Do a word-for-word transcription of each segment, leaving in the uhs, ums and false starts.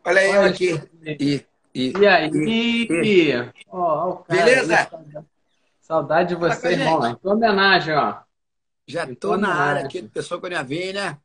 Olha eu Olha, aqui. E, e, e e, e. aí? Ó, ó o cara aí, Beleza? saudade saudade de Fala com a você, irmão. Em gente. tua homenagem, ó. Já Em tua tô na área aqui, homenagem. pessoal que eu já vi, né?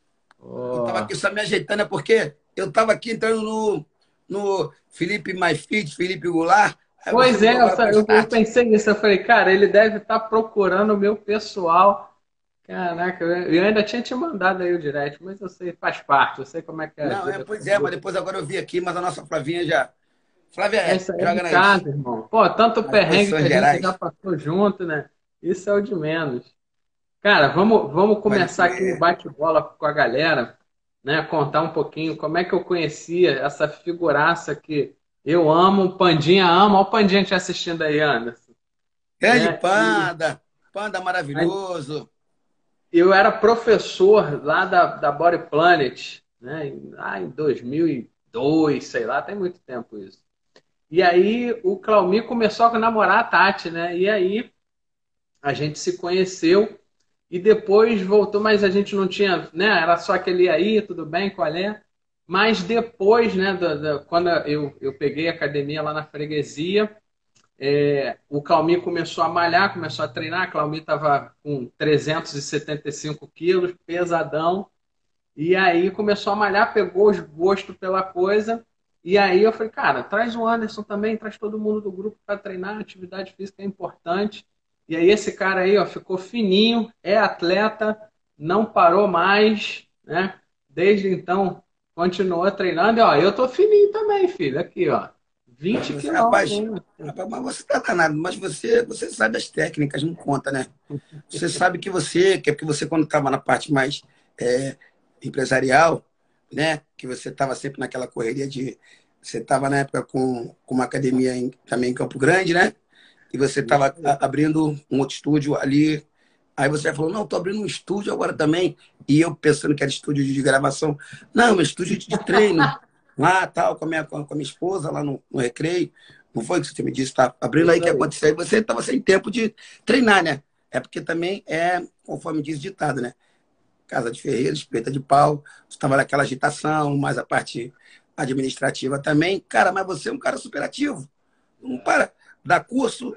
Eu tava Ó. aqui só me ajeitando, é porque eu tava aqui entrando no, no Felipe MyFit, Felipe Goulart, aí você Pois mudou é, eu, agora sa- pro eu, eu Start. pensei nisso. Eu falei, cara, ele deve estar procurando o meu pessoal. Caraca, eu eu ainda tinha te mandado aí o direct, mas eu sei, faz parte. Eu sei como é que é a Não, é, vida pois com é, mas grupo. depois agora eu vi aqui, mas a nossa Flavinha já. Flávia É é, isso aí é de joga nas, casa, irmão. Pô, tanto nas perrengue que posições a gente já gerais. passou junto, né? Isso é o de menos. Cara, vamos, vamos Pode começar aqui o crer. bate-bola com a galera, né? Contar um pouquinho como é que eu conhecia essa figuraça que eu amo, o Pandinha ama. Olha o Pandinha te assistindo aí, Anderson. Grande Né? E Panda, Panda aí, maravilhoso. eu era professor lá da, da Body Planet, né? em- Lá em dois mil e dois, sei lá, tem muito tempo isso. E aí o Claumir começou a namorar a Tati, né? E aí a gente se conheceu e depois voltou, mas a gente não tinha, né? Era só aquele aí, tudo bem, qual é? Mas depois, né, da, da- quando eu, eu peguei a academia lá na freguesia, é, o Claumir começou a malhar, começou a treinar. A Claumir estava com trezentos e setenta e cinco quilos, pesadão. E aí começou a malhar, pegou os gosto pela coisa. E aí eu falei, cara, traz o Anderson também, traz todo mundo do grupo para treinar, atividade física é importante. E aí esse cara aí, ó, ficou fininho, é atleta, não parou mais, né? Desde então continuou treinando. E ó, eu tô fininho também, filho. Aqui, ó, vinte Você, quilão, rapaz, hein? rapaz, mas você tá danado, mas você, você sabe as técnicas, não conta, né? Você sabe que você, que é porque você, quando estava na parte mais é, empresarial, né? Que você estava sempre naquela correria de. Você estava na época com, com uma academia em, também em Campo Grande, né? E você Isso estava aí. abrindo um outro estúdio ali. Aí você falou, não, estou abrindo um estúdio agora também. E eu pensando que era estúdio de gravação. Não, é estúdio de treino. Lá, tal, com a minha, com a minha esposa, lá no, no Recreio. Não foi que você me disse, tá abrindo aí Isso o que aí. aconteceu. Aí você estava sem tempo de treinar, né? É porque também é, conforme diz o ditado, né? Casa de ferreiro, espeta de pau. Você estava naquela agitação, mais a parte administrativa também. Cara, mas você é um cara superativo. Não para. Dá curso,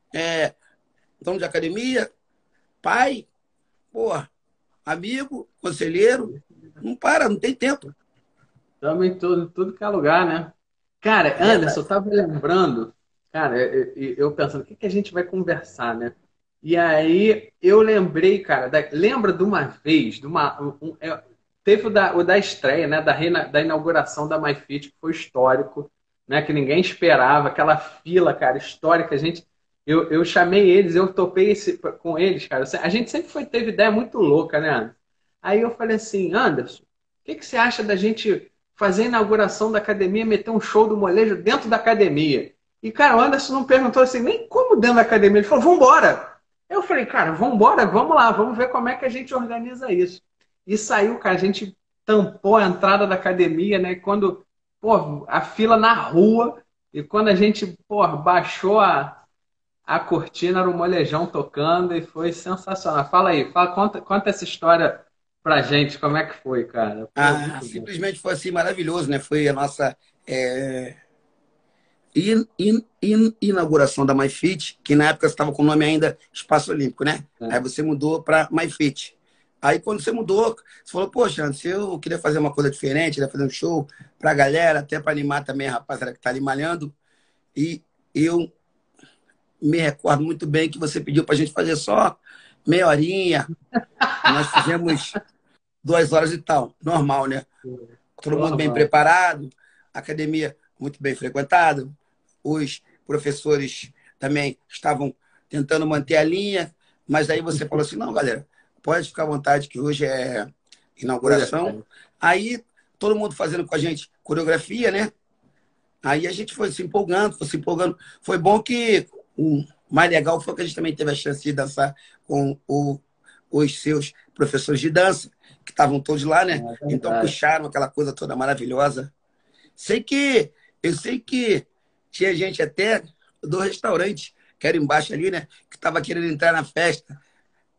é, dono de academia, pai, porra, amigo, conselheiro. Não para, não tem tempo. Estamos em tudo, em tudo que é lugar, né? Cara, É Anderson, verdade. eu tava lembrando, cara, eu, eu- eu pensando, o que que a gente vai conversar, né? E aí eu lembrei, cara, da- lembra de uma vez, de uma, um- um- é, teve o da, o da estreia, né? Da, reina- da inauguração da MyFit, que foi histórico, né? Que ninguém esperava, aquela fila, cara, histórica. A gente, eu, eu chamei eles, eu topei esse, com eles, cara. A gente sempre foi, teve ideia muito louca, né, Anderson? Aí eu falei assim, Anderson, o que que você acha da gente fazer a inauguração da academia, meter um show do molejo dentro da academia? E, cara, o Anderson não perguntou assim, nem como dentro da academia. Ele falou, vambora. Eu falei, cara, vambora, vamos lá, vamos ver como é que a gente organiza isso. E saiu, cara, a gente tampou a entrada da academia, né? Quando, pô, a fila na rua, e quando a gente, pô, baixou a, a cortina, era o molejão tocando e foi sensacional. Fala aí, fala, conta, conta essa história pra gente, como é que foi, cara? Pô, Ah, muito bom. simplesmente foi assim maravilhoso, né? Foi a nossa é, in, in, in, inauguração da MyFit, que na época estava com o nome ainda Espaço Olímpico, né? Aí É. você mudou para MyFit. Aí quando você mudou, você falou, poxa, Anderson, eu queria fazer uma coisa diferente, queria fazer um show para a galera, até para animar também a rapaziada que está ali malhando. E eu me recordo muito bem que você pediu para a gente fazer só meia horinha. Nós fizemos duas horas e tal, normal, né? Todo mundo bem Normal. preparado, academia muito bem frequentada, os professores também estavam tentando manter a linha, mas aí você falou assim, não, galera, pode ficar à vontade que hoje é Hoje é inauguração. festa. Aí todo mundo fazendo com a gente coreografia, né? Aí a gente foi se empolgando, foi se empolgando. Foi bom que o mais legal foi que a gente também teve a chance de dançar com o, os seus professores de dança, que estavam todos lá, né? É Então verdade. puxaram aquela coisa toda maravilhosa. Sei que, eu sei que tinha gente até do restaurante, que era embaixo ali, né? Que estava querendo entrar na festa.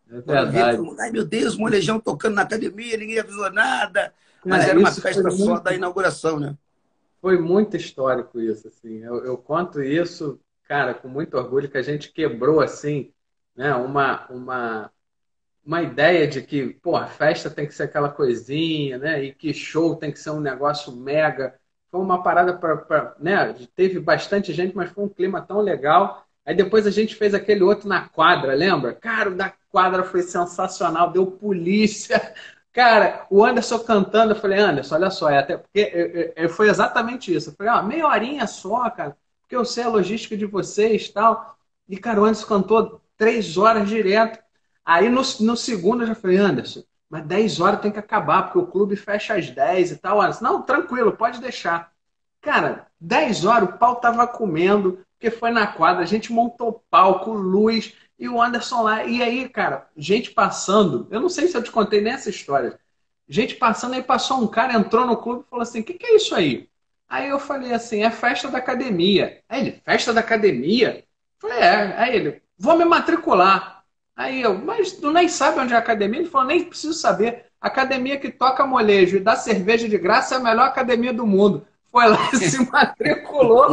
É Quando via todo verdade. mundo, ai meu Deus, molejão tocando na academia, ninguém avisou nada. Mas Cara, era uma isso foi festa só da muito, inauguração, né? foi muito histórico isso, assim. Eu, eu conto isso, cara, com muito orgulho, que a gente quebrou, assim, né, uma, uma, uma ideia de que, pô, a festa tem que ser aquela coisinha, né, e que show tem que ser um negócio mega. Foi uma parada para, né, teve bastante gente, mas foi um clima tão legal. Aí depois a gente fez aquele outro na quadra, lembra? Cara, o da quadra foi sensacional, deu polícia. Cara, o Anderson cantando, eu falei, Anderson, olha só, é até porque eu, eu, foi exatamente isso. Eu falei, ó, meia horinha só, cara, porque eu sei a logística de vocês e tal. E, cara, o Anderson cantou três horas direto. Aí no, no segundo eu já falei, Anderson, mas dez horas tem que acabar, porque o clube fecha às dez e tal. Anderson, não, tranquilo, pode deixar. Cara, dez horas o pau tava comendo, porque foi na quadra, a gente montou palco, luz, e o Anderson lá. E aí, cara, gente passando, eu não sei se eu te contei nessa história. Gente passando, aí passou um cara, entrou no clube e falou assim: o que, que é isso aí? Aí eu falei assim: é festa da academia. Aí ele: festa da academia? Eu falei: é. Aí ele: vou me matricular. Aí eu: mas tu nem sabe onde é a academia? Ele falou: nem preciso saber. A academia que toca molejo e dá cerveja de graça é a melhor academia do mundo. Foi lá e se matriculou.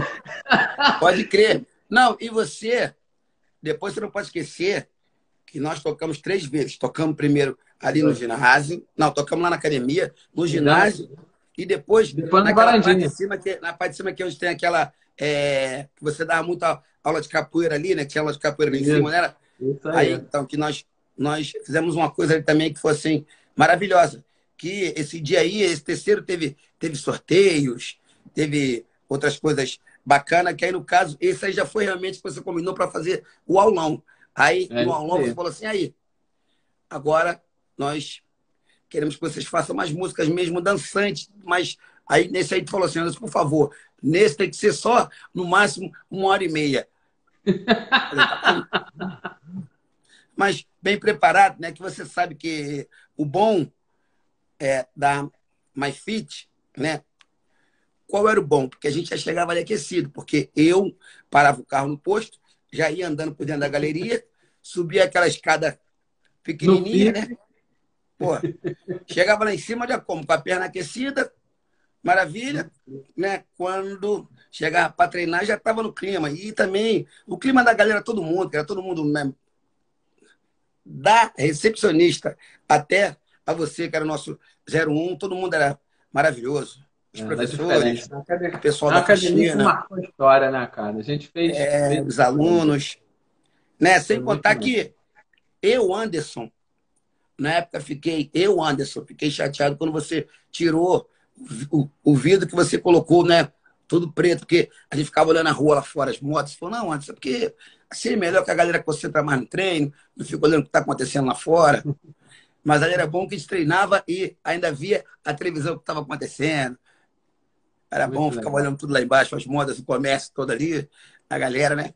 Pode crer. Não, e você, depois você não pode esquecer que nós tocamos três vezes. Tocamos primeiro ali no ginásio, não, tocamos lá na academia, no ginásio, e depois Depois no naquela parte de Varandinha. cima, que, na parte de cima que é onde tem aquela. É, que você dava muita aula de capoeira ali, né? Que tinha aula de capoeira ali em cima, Isso, né? isso Aí, aí. então, que nós, nós fizemos uma coisa ali também que foi assim, maravilhosa. Que esse dia aí, esse terceiro, teve, teve sorteios, teve outras coisas bacanas, que aí, no caso, esse aí já foi realmente que você combinou para fazer o aulão. Aí, É no isso aulão, você aí. falou assim, aí, agora nós queremos que vocês façam mais músicas mesmo dançantes, mas aí nesse aí tu falou assim, Anderson, por favor, nesse tem que ser só, no máximo, uma hora e meia. Falei, tá bom. Mas bem preparado, né? Que você sabe que o bom é da MyFit, né? Qual era o bom? Porque a gente já chegava ali aquecido, porque eu parava o carro no posto, já ia andando por dentro da galeria, subia aquela escada No pequenininha, né? pique. Pô, chegava lá em cima, já como? Com a perna aquecida, maravilha, né? Quando chegava para treinar, já estava no clima. E também o clima da galera, todo mundo, que era todo mundo, né? Da recepcionista até a você, que era o nosso zero um, todo mundo era maravilhoso. Os É, era diferente. professores, É uma o academia, pessoal é uma da academia que faxina, marcou a história, né, cara? A gente fez, é, fez os história. alunos, né? Foi Sem muito contar bom. que eu, Anderson, na época fiquei, eu, Anderson, fiquei chateado quando você tirou o, o vidro que você colocou, né? Tudo preto, porque a gente ficava olhando a rua lá fora, as motos. Falou, não, Anderson, é porque assim é melhor que a galera concentra mais no treino, não fica olhando o que está acontecendo lá fora. Mas aí era bom que a gente treinava e ainda via a televisão que estava acontecendo. Era bom, Muito ficava legal. olhando tudo lá embaixo, as modas, o comércio todo ali, a galera, né?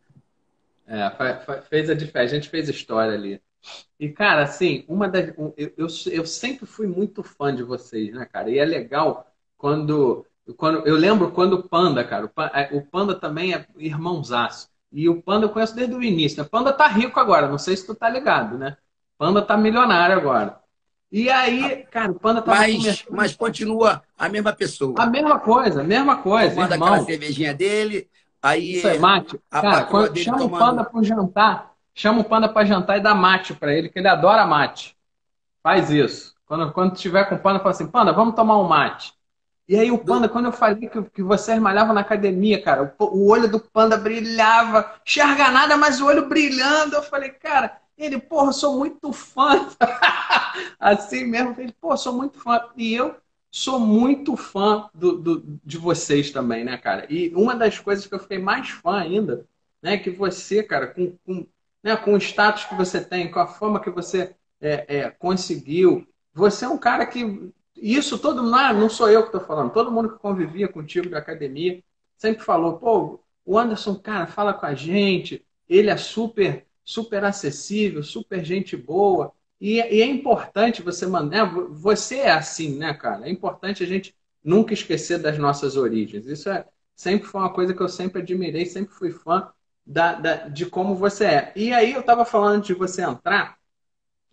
É, fa- fa- fez a diferença. A gente fez história ali. E, cara, assim, uma das. um, Eu, eu, eu sempre fui muito fã de vocês, né, cara? E é legal quando. quando eu lembro quando o Panda, cara, o Pa- é, o Panda também é irmãozaço. E o Panda eu conheço desde o início, né? Panda tá rico agora, não sei se tu tá ligado, né? Panda tá milionário agora. E aí, cara, o Panda tava Mas, começando mas continua a mesma a pessoa, mesma coisa, mesma coisa, tomando aquela irmão. cervejinha dele, Isso aí, aí mate. a Cara, patroa quando, dele chama o Panda tomando. pro jantar, chama o Panda para jantar e dá mate para ele, que ele adora mate. Faz isso. Quando, quando tiver com o Panda, fala assim, Panda, vamos tomar um mate. E aí o Panda, Do... quando eu falei que, que vocês malhavam na academia, cara, o, o olho do Panda brilhava, enxerga nada, mas o olho brilhando. Eu falei, cara, ele, porra, eu sou muito fã. Assim mesmo, ele, pô, sou muito fã. E eu sou muito fã do, do, de vocês também, né, cara? E uma das coisas que eu fiquei mais fã ainda, né, que você, cara, com, com, né, com o status que você tem, com a fama que você é, é, conseguiu, você é um cara que isso todo mundo, não, não sou eu que estou falando, todo mundo que convivia contigo da academia sempre falou, pô, o Anderson, cara, fala com a gente, ele é super, super acessível, super gente boa, e, e é importante você mandar, você é assim, né, cara? É importante a gente nunca esquecer das nossas origens. Isso é, sempre foi uma coisa que eu sempre admirei, sempre fui fã da, da, de como você é. E aí eu estava falando de você entrar,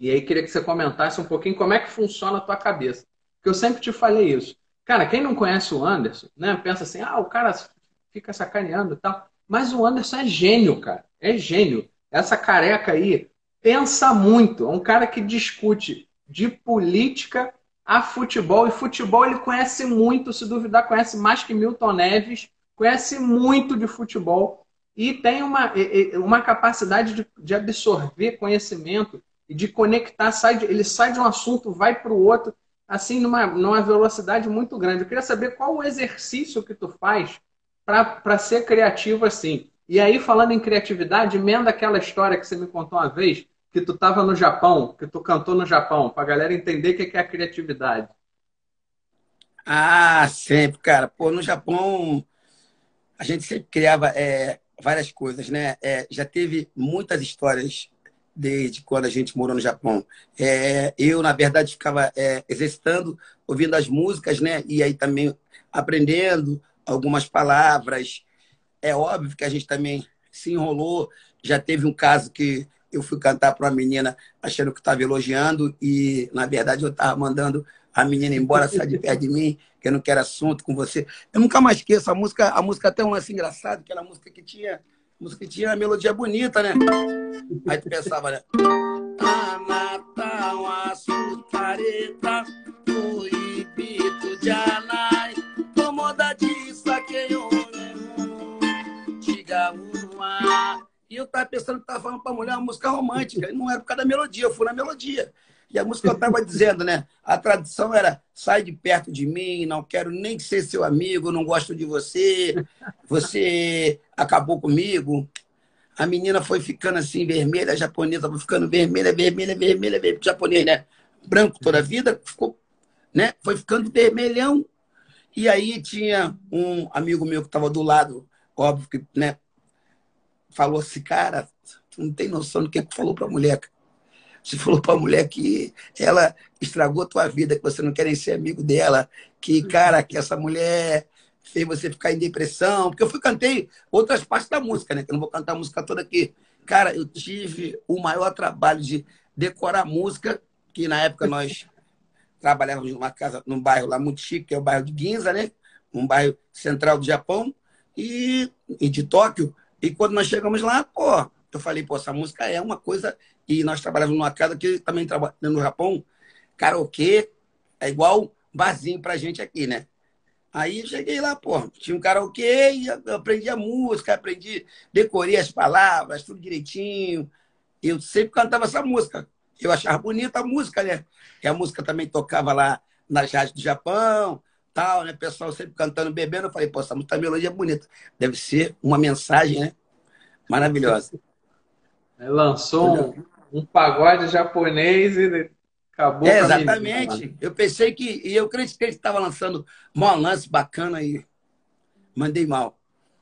E aí queria que você comentasse um pouquinho como é que funciona a tua cabeça. Porque eu sempre te falei isso. Cara, quem não conhece o Anderson, né, pensa assim, ah, o cara fica sacaneando e tal. Mas o Anderson é gênio, cara. É gênio. Essa careca aí pensa muito. É um cara que discute de política a futebol. E futebol ele conhece muito, se duvidar, conhece mais que Milton Neves, conhece muito de futebol e tem uma, uma capacidade de, de absorver conhecimento e de conectar. Sai de, ele sai de um assunto, vai para o outro, assim, numa, numa velocidade muito grande. Eu queria saber qual o exercício que tu faz para ser criativo assim. E aí, falando em criatividade, emenda aquela história que você me contou uma vez, que tu estava no Japão, que tu cantou no Japão, para a galera entender o que é a criatividade. Ah, sempre, cara. Pô, no Japão, a gente sempre criava é, várias coisas, né? É, já teve muitas histórias desde quando a gente morou no Japão. É, eu, na verdade, ficava é, exercitando, ouvindo as músicas, né? E aí também aprendendo algumas palavras. É óbvio que a gente também se enrolou. Já teve um caso que eu fui cantar para uma menina achando que estava elogiando e, na verdade, eu estava mandando a menina embora, sair de perto de mim, que eu não quero assunto com você. Eu nunca mais esqueço a música. A música até um lance engraçado, aquela música que tinha, música que tinha uma melodia bonita, né? Aí tu pensava, né? Anata, uma sutareta, proibido de anai, tomoda de saqueio, e eu tava pensando que tava falando pra mulher uma música romântica, e não era por causa da melodia, eu fui na melodia. E a música eu tava dizendo, né? A tradução era: sai de perto de mim, não quero nem ser seu amigo, não gosto de você, você acabou comigo. A menina foi ficando assim, vermelha, a japonesa foi ficando vermelha, vermelha, vermelha, vermelha, japonês, né? Branco toda a vida, ficou, né? Foi ficando vermelhão. E aí tinha um amigo meu que estava do lado, óbvio que, né? Falou assim, cara, tu não tem noção do que que falou para a mulher. Você falou para a mulher que ela estragou tua vida, que você não quer nem ser amigo dela, que, cara, que essa mulher fez você ficar em depressão. Porque eu fui cantei outras partes da música, né? Que eu não vou cantar a música toda aqui. Cara, eu tive o maior trabalho de decorar a música, que na época nós trabalhávamos numa casa, num bairro lá muito chique, que é o bairro de Ginza, né? Um bairro central do Japão e, e de Tóquio. E quando nós chegamos lá, pô, eu falei, pô, essa música é uma coisa. E nós trabalhávamos numa casa que também trabalha no Japão, karaokê, é igual barzinho pra gente aqui, né? Aí eu cheguei lá, pô, tinha um karaokê e eu aprendi a música, aprendi, decorei as palavras, tudo direitinho. Eu sempre cantava essa música. Eu achava bonita a música, né? E a música também tocava lá nas rádios do Japão, tal, né? O pessoal sempre cantando, bebendo. Eu falei, pô, essa música, a melodia é bonita. Deve ser uma mensagem, né? Maravilhosa. Lançou um, um pagode japonês e acabou É, com a menina. exatamente. Eu pensei que... E eu acreditei que estava lançando um lance bacana e mandei mal.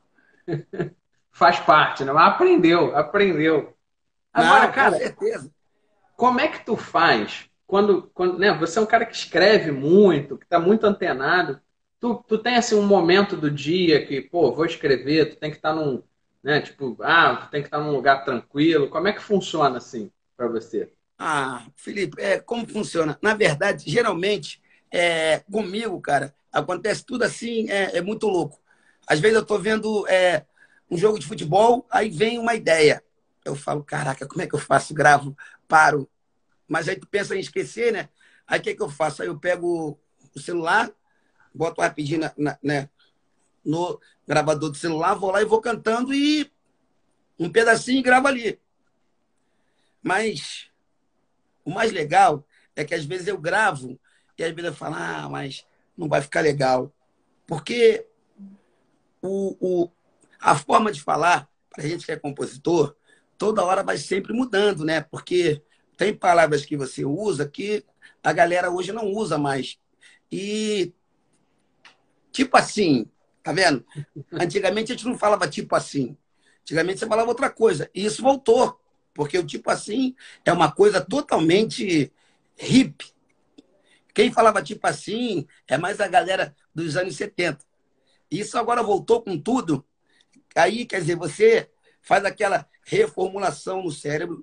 Faz parte, né? Mas aprendeu, aprendeu. Agora, Não, com cara, certeza. como é que tu faz quando, quando né, você é um cara que escreve muito, que está muito antenado, tu, tu tem assim um momento do dia que, pô, vou escrever, tu tem que estar num, né, tipo, ah, tu tem que estar num lugar tranquilo. Como é que funciona assim para você? Ah, Felipe, é, como funciona? Na verdade, geralmente, é, comigo, cara, acontece tudo assim, é, é muito louco. Às vezes eu estou vendo é, um jogo de futebol, aí vem uma ideia. Eu falo, caraca, como é que eu faço? Gravo, paro. Mas aí tu pensa em esquecer, né? Aí o que, que eu faço? Aí eu pego o celular, boto rapidinho na, na, né, no gravador do celular, vou lá e vou cantando e um pedacinho e gravo ali. Mas o mais legal é que às vezes eu gravo e às vezes eu falo, ah, mas não vai ficar legal. Porque o, o, a forma de falar, para a gente que é compositor, toda hora vai sempre mudando, né? Porque tem palavras que você usa que a galera hoje não usa mais. E, tipo assim, tá vendo? Antigamente a gente não falava tipo assim. Antigamente você falava outra coisa. E isso voltou. Porque o tipo assim é uma coisa totalmente hippie. Quem falava tipo assim é mais a galera dos anos setenta. Isso agora voltou com tudo. Aí, quer dizer, você faz aquela reformulação no cérebro,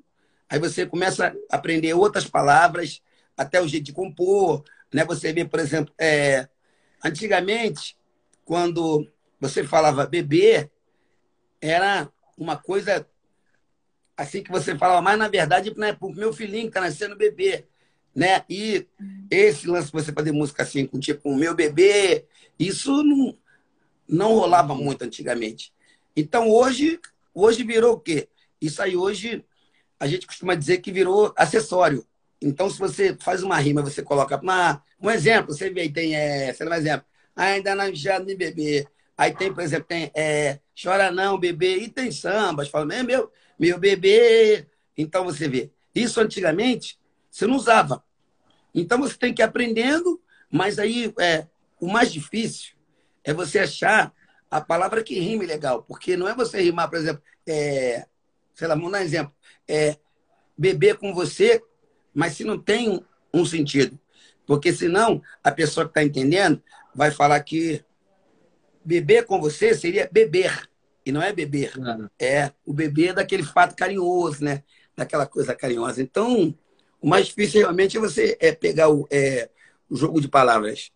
Aí você começa a aprender outras palavras, até o jeito de compor, né? Você vê, por exemplo, é, antigamente, quando você falava bebê, era uma coisa assim que você falava, mas na verdade, né, pro meu filhinho que tá nascendo bebê, né? E esse lance de você fazer música assim, com tipo, o meu bebê, isso não, não rolava muito antigamente. Então, hoje, hoje virou o quê? Isso aí hoje, a gente costuma dizer que virou acessório. Então, se você faz uma rima, você coloca uma, um exemplo, você vê aí, tem, é, sei lá, um exemplo, ainda não já nem bebê. Aí tem, por exemplo, tem é, chora não, bebê, e tem sambas, fala, é meu, meu bebê. Então, você vê, isso antigamente, você não usava. Então, você tem que ir aprendendo, mas aí é, o mais difícil é você achar a palavra que rime legal, porque não é você rimar, por exemplo, é, sei lá, vamos dar um exemplo, é, beber com você, mas se não tem um, um sentido. Porque senão a pessoa que está entendendo vai falar que beber com você seria beber, e não é beber. É o beber daquele fato carinhoso, né? Daquela coisa carinhosa. Então, o mais difícil realmente é você é pegar o, é, o jogo de palavras.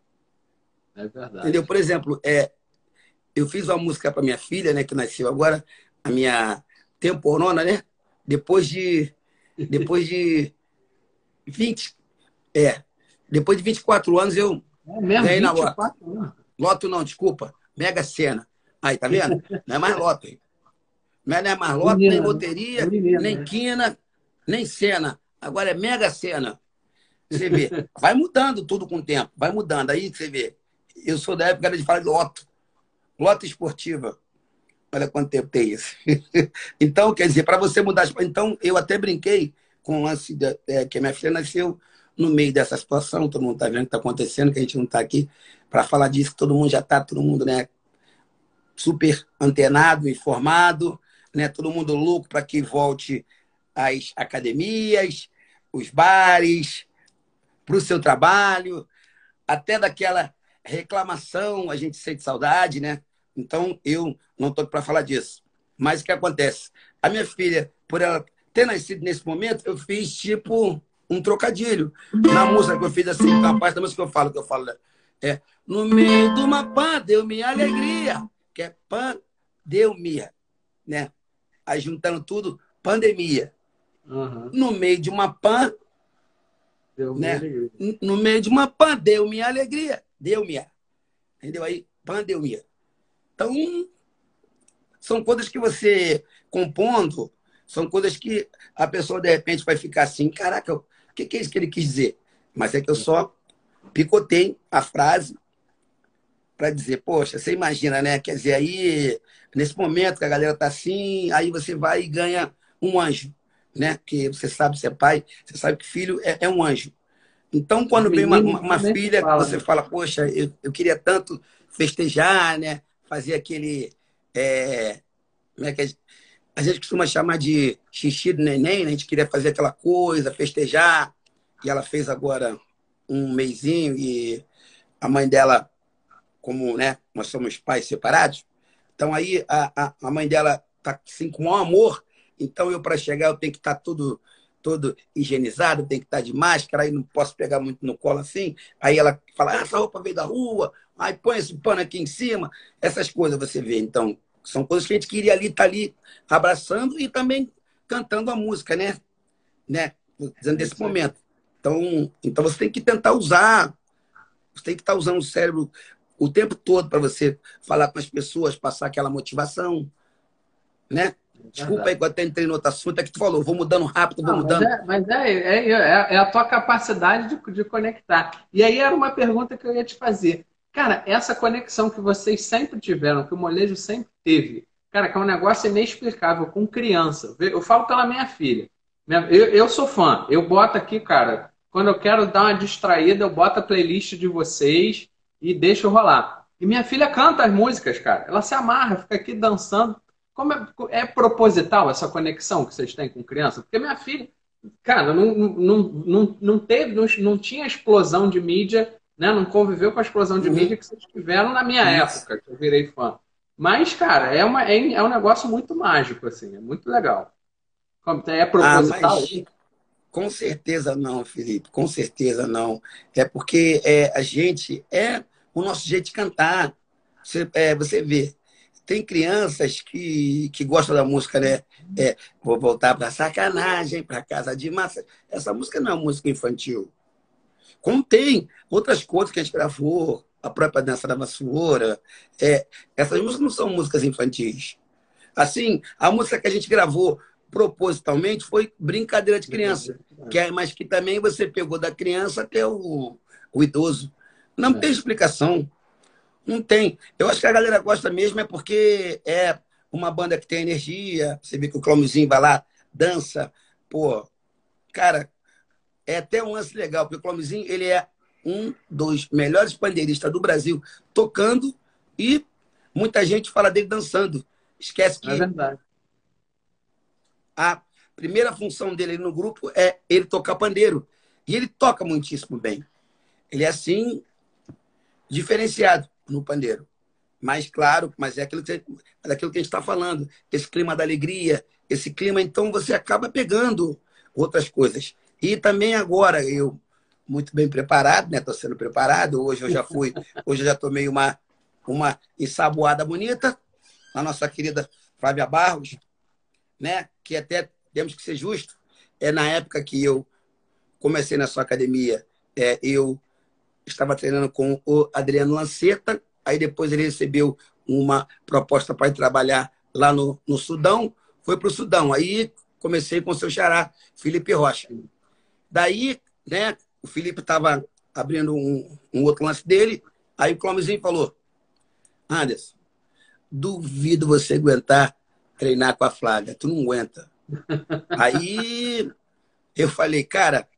É verdade. Entendeu? Por exemplo, é, eu fiz uma música para minha filha, né, que nasceu agora, a minha temporona, né? Depois de depois de vinte, é, depois de vinte e quatro anos eu É mesmo, ganhei na vinte e loto. quatro anos. Loto não, desculpa, Mega Sena. Aí, tá vendo? Não é mais loto, hein? Não é mais loto, nem Menina, né? É loteria, menina, nem né? quina, nem cena. Agora é Mega Sena. Você vê, vai mudando tudo com o tempo, vai mudando. Aí você vê, eu sou da época de falar de loto, loto esportiva. Olha quanto tempo tem isso. Então, quer dizer, para você mudar. Então, eu até brinquei com o lance de, é, que a minha filha nasceu no meio dessa situação, todo mundo está vendo o que está acontecendo, que a gente não está aqui para falar disso, que todo mundo já está, todo mundo, né, super antenado, informado, né, todo mundo louco para que volte às academias, os bares, para o seu trabalho, até daquela reclamação, a gente sente saudade, né? Então, eu não estou para falar disso. Mas o que acontece? A minha filha, por ela ter nascido nesse momento, eu fiz tipo um trocadilho. Na música que eu fiz assim, uma parte da música que eu falo, que eu falo, né? É, no meio de uma pandemia, alegria, que é pandemia, né? Aí juntando tudo, pandemia. Uhum. No meio de uma pan, Deu minha né? alegria. No meio de uma pandemia, alegria, deu-me. Entendeu aí? Pandemia. Então, são coisas que você compondo, são coisas que a pessoa, de repente, vai ficar assim, caraca, o que, que é isso que ele quis dizer? Mas é que eu só picotei a frase para dizer, poxa, você imagina, né? Quer dizer, aí, nesse momento que a galera tá assim, aí você vai e ganha um anjo, né? Porque você sabe ser pai, você sabe que filho é, é um anjo. Então, quando vem uma, Menino, uma, uma nem se filha, fala, você né? fala, poxa, eu, eu queria tanto festejar, né? Fazer aquele... É, como é que a gente, a gente costuma chamar de xixi do neném, né? A gente queria fazer aquela coisa, festejar. E ela fez agora um mesinho e a mãe dela, como, né? Nós somos pais separados. Então, aí a, a, a mãe dela tá assim, com maior amor. Então, eu, para chegar, eu tenho que estar tudo todo higienizado, tem que estar de máscara, aí não posso pegar muito no colo assim. Aí ela fala, ah, essa roupa veio da rua, aí põe esse pano aqui em cima. Essas coisas você vê. Então, são coisas que a gente queria ali, estar ali abraçando e também cantando a música, né? né? Dizendo É desse isso aí. momento. Então, então, você tem que tentar usar, você tem que estar usando o cérebro o tempo todo para você falar com as pessoas, passar aquela motivação, né? É Desculpa aí verdade. que eu até entrei no outro assunto, é que tu falou, vou mudando rápido, vou Não, mas mudando. é, mas é, é, é, é a tua capacidade de, de conectar. E aí era uma pergunta que eu ia te fazer. Cara, essa conexão que vocês sempre tiveram, que o molejo sempre teve, cara, que é um negócio inexplicável com criança. Eu falo pela minha filha. Minha- Eu, eu sou fã. Eu boto aqui, cara, quando eu quero dar uma distraída, eu boto a playlist de vocês e deixo rolar. E minha filha canta as músicas, cara. Ela se amarra, fica aqui dançando. Como é, é proposital essa conexão que vocês têm com criança? Porque minha filha, cara, não, não, não, não teve, não, não tinha explosão de mídia, né? Não conviveu com a explosão de Uhum. mídia que vocês tiveram na minha Isso. época, que eu virei fã. Mas, cara, é, uma, é, é um negócio muito mágico, assim, é muito legal. É Ah, proposital? mas com certeza não, Felipe, com certeza não. É porque é, a gente é o nosso jeito de cantar. Você, é, você vê, tem crianças que, que gostam da música, né? É, vou voltar para sacanagem, para casa de massa. Essa música não é música infantil. Como tem outras coisas que a gente gravou, a própria Dança da Vassoura. É, essas músicas não são músicas infantis. Assim, a música que a gente gravou propositalmente foi Brincadeira de Criança, que é, mas que também você pegou da criança até o, o idoso. Não tem É. explicação. Não tem. Eu acho que a galera gosta mesmo é porque é uma banda que tem energia. Você vê que o Clomuzinho vai lá, dança. Pô, cara, é até um lance legal, porque o Clomuzinho, ele é um dos melhores pandeiristas do Brasil tocando e muita gente fala dele dançando. Esquece É que verdade. a primeira função dele no grupo é ele tocar pandeiro. E ele toca muitíssimo bem. Ele é, assim, diferenciado no pandeiro. Mas, claro, mas é aquilo que, é daquilo que a gente está falando. Esse clima da alegria, esse clima, então você acaba pegando outras coisas. E também agora, eu, muito bem preparado, né? Estou sendo preparado. Hoje eu já fui, hoje eu já tomei uma, uma ensaboada bonita na nossa querida Flávia Barros, né? Que até temos que ser justos. É na época que eu comecei na sua academia, é, eu estava treinando com o Adriano Lanceta, aí depois ele recebeu uma proposta para ir trabalhar lá no, no Sudão, foi para o Sudão. Aí comecei com o seu xará, Felipe Rocha. Daí, né, o Felipe estava abrindo um, um outro lance dele, aí o Clomezinho falou, Anderson, duvido você aguentar treinar com a Flávia, tu não aguenta. Aí eu falei, cara,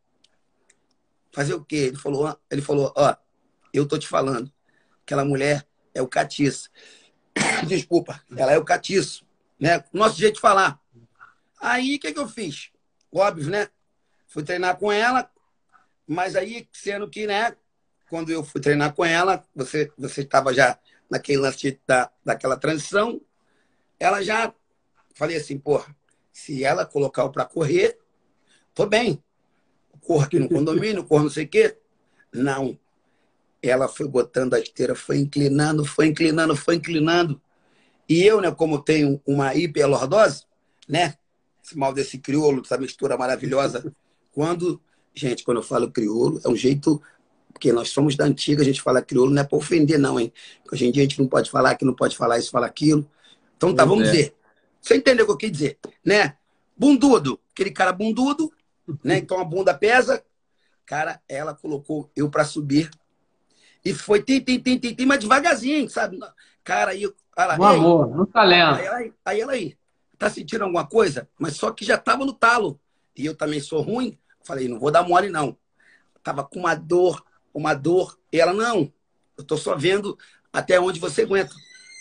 fazer o quê? Ele falou, ele falou, ó, eu tô te falando, aquela mulher é o catiço. Desculpa, ela é o catiço, né? Nosso jeito de falar. Aí, o que, que eu fiz? Óbvio, né? Fui treinar com ela, mas aí, sendo que, né, quando eu fui treinar com ela, você você estava já naquele lance da, daquela transição, ela já, falei assim, porra, se ela colocar o para correr, tô bem. Corro aqui no condomínio, corro não sei o quê. Não. Ela foi botando a esteira, foi inclinando, foi inclinando, foi inclinando. E eu, né, como tenho uma hiperlordose, né, esse mal desse crioulo, essa mistura maravilhosa, quando, gente, quando eu falo crioulo, é um jeito, porque nós somos da antiga, a gente fala crioulo, não é para ofender não, hein? Porque hoje em dia a gente não pode falar que não pode falar isso, falar aquilo. Então tá, Pois vamos é. dizer. Você entendeu o que eu quis dizer, né? Bundudo, aquele cara bundudo, né? Então a bunda pesa. Cara, ela colocou eu para subir e foi tim, tim, tim, tim, tim, mas devagarzinho, sabe? Cara, aí ela, No ei, amor, no aí talento. ela, aí ela aí, tá sentindo alguma coisa? Mas só que já tava no talo. E eu também sou ruim. Falei, não vou dar mole, não. Tava com uma dor, uma dor. E ela, não, eu tô só vendo até onde você aguenta.